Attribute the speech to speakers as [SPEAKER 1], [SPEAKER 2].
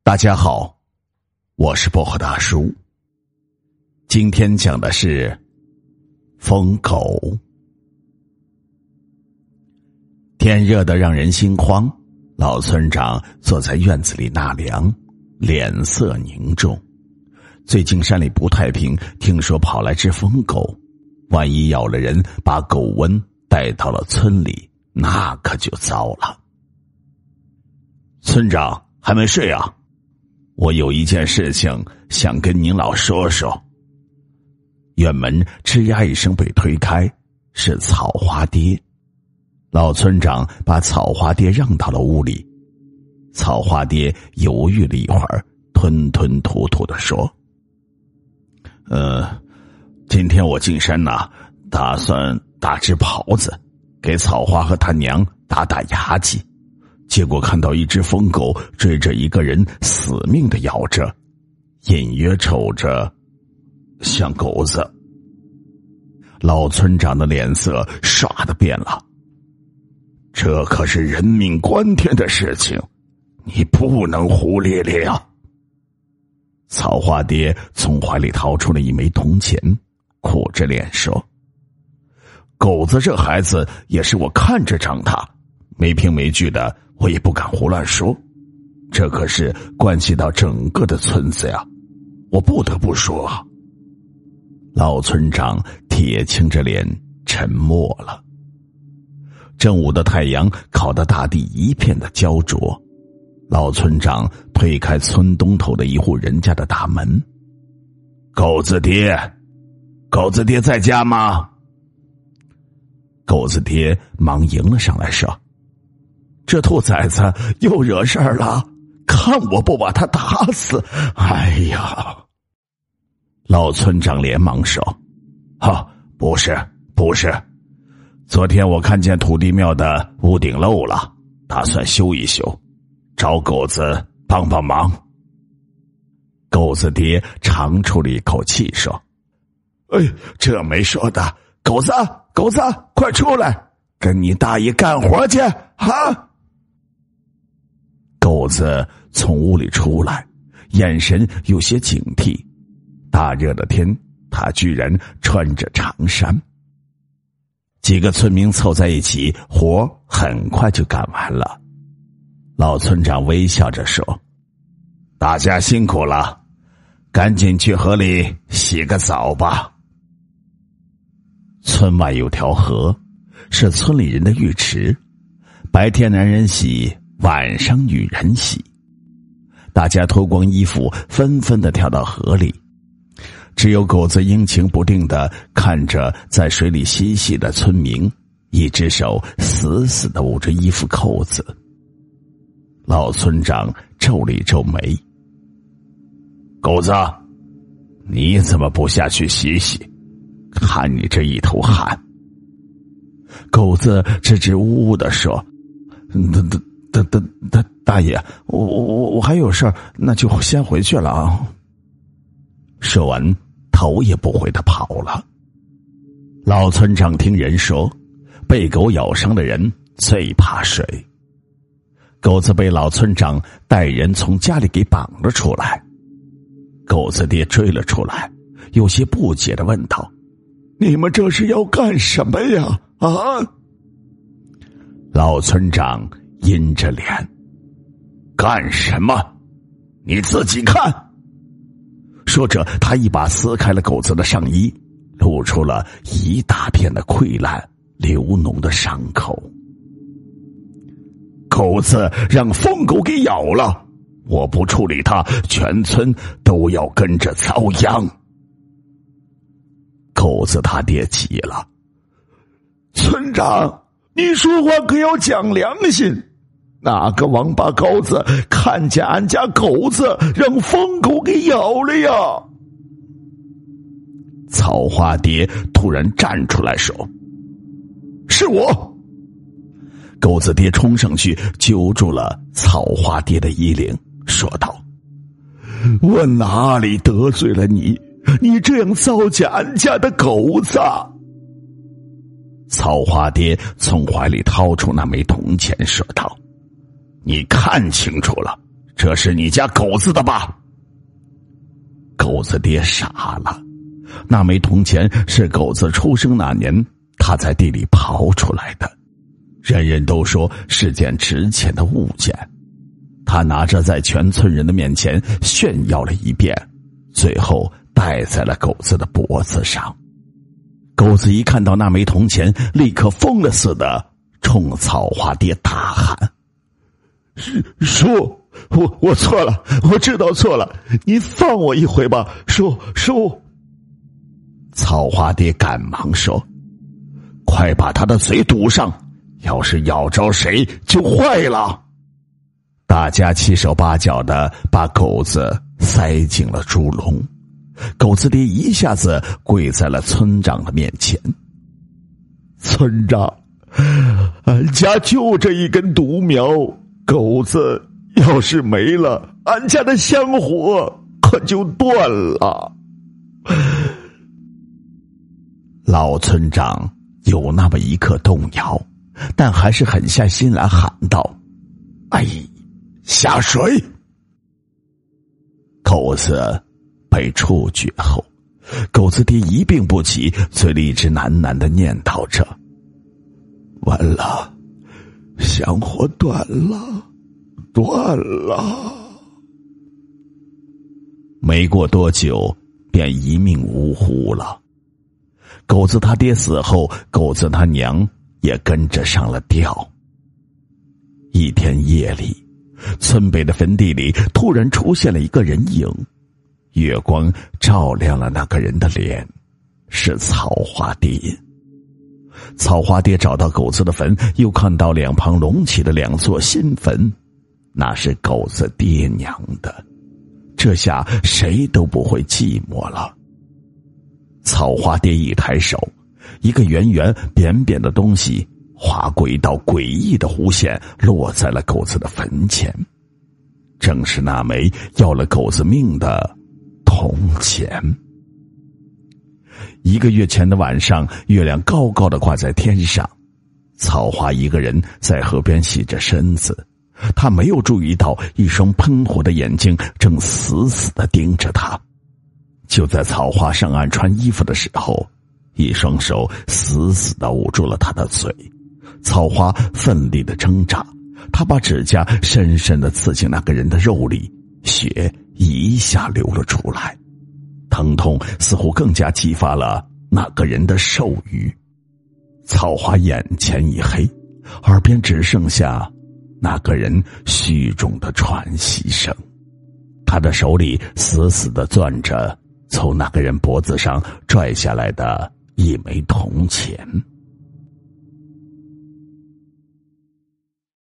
[SPEAKER 1] 大家好，我是薄荷大叔。今天讲的是疯狗。天热得让人心慌，老村长坐在院子里纳凉，脸色凝重。最近山里不太平，听说跑来只疯狗，万一咬了人，把狗瘟带到了村里，那可就糟了。村长还没睡啊？我有一件事情想跟您老说说。院门吱呀一声被推开，是草花爹。老村长把草花爹让到了屋里。草花爹犹豫了一会儿，吞吞吐吐地说：今天我进山打算打只狍子，给草花和他娘打打牙祭。结果看到一只疯狗追着一个人死命的咬着，隐约瞅着像狗子。老村长的脸色唰的变了。这可是人命关天的事情，你不能胡咧咧啊！草花爹从怀里掏出了一枚铜钱，苦着脸说：狗子这孩子也是我看着长大，没凭没据的我也不敢胡乱说，这可是关系到整个的村子呀，我不得不说啊。老村长铁青着脸沉默了。正午的太阳烤得大地一片的焦灼，老村长推开村东头的一户人家的大门。狗子爹在家吗？狗子爹忙迎了上来说：这兔崽子又惹事儿了，看我不把他打死！哎呀！老村长连忙说：不是，昨天我看见土地庙的屋顶漏了，打算修一修，找狗子帮帮忙。狗子爹长出了一口气说：这没说的，狗子快出来，跟你大爷干活去啊！狗子从屋里出来，眼神有些警惕。大热的天，他居然穿着长衫。几个村民凑在一起，活很快就干完了。老村长微笑着说：大家辛苦了，赶紧去河里洗个澡吧。村外有条河，是村里人的浴池，白天男人洗，晚上女人洗。大家脱光衣服，纷纷地跳到河里。只有狗子阴晴不定地看着在水里嬉戏的村民，一只手死死地捂着衣服扣子。老村长皱了一皱眉：狗子，你怎么不下去洗洗？看你这一头汗。狗子支支吾吾地说：大爷，我还有事儿，那就先回去了啊。说完，头也不回地跑了。老村长听人说，被狗咬伤的人最怕水。狗子被老村长带人从家里给绑了出来。狗子爹追了出来，有些不解地问道：你们这是要干什么呀？啊！老村长阴着脸：干什么？你自己看。说着，他一把撕开了狗子的上衣，露出了一大片的溃烂流脓的伤口。狗子让疯狗给咬了，我不处理他，全村都要跟着遭殃。狗子他爹急了：村长，你说话可要讲良心，哪个王八羔子看见俺家狗子让疯狗给咬了呀？草花爹突然站出来说：是我。狗子爹冲上去揪住了草花爹的衣领，说道：我哪里得罪了你？你这样糟践俺家的狗子！草花爹从怀里掏出那枚铜钱，说道：你看清楚了， 这是你家狗子的吧？狗子爹傻了，那枚铜钱是狗子出生那年他在地里刨出来的，人人都说是件值钱的物件。他拿着在全村人的面前炫耀了一遍，最后戴在了狗子的脖子上。狗子一看到那枚铜钱，立刻疯了似的冲草花爹大喊：叔，我错了，我知道错了，你放我一回吧，叔。草花爹赶忙说：快把他的嘴堵上，要是咬着谁就坏了。大家七手八脚的把狗子塞进了猪笼，狗子爹一下子跪在了村长的面前。村长，俺家就这一根独苗，狗子要是没了，俺家的香火可就断了。老村长有那么一刻动摇，但还是狠下心来喊道：哎，下水！狗子被处决后，狗子爹一病不起，嘴里一直喃喃地念叨着：完了，香火断了。没过多久，便一命呜呼了。狗子他爹死后，狗子他娘也跟着上了吊。一天夜里，村北的坟地里突然出现了一个人影，月光照亮了那个人的脸，是草花爹。草花爹找到狗子的坟，又看到两旁隆起的两座新坟，那是狗子爹娘的，这下谁都不会寂寞了。草花爹一抬手，一个圆圆扁扁的东西划过一道诡异的弧线，落在了狗子的坟前，正是那枚要了狗子命的铜钱。1个月前的晚上，月亮高高的挂在天上，草花一个人在河边洗着身子，他没有注意到一双喷火的眼睛正死死地盯着他。就在草花上岸穿衣服的时候，一双手死死地捂住了他的嘴。草花奋力地挣扎，他把指甲深深地刺进那个人的肉里，血一下流了出来，疼痛似乎更加激发了那个人的兽欲。草花眼前一黑，耳边只剩下那个人虚重的喘息声。他的手里死死地攥着从那个人脖子上拽下来的一枚铜钱。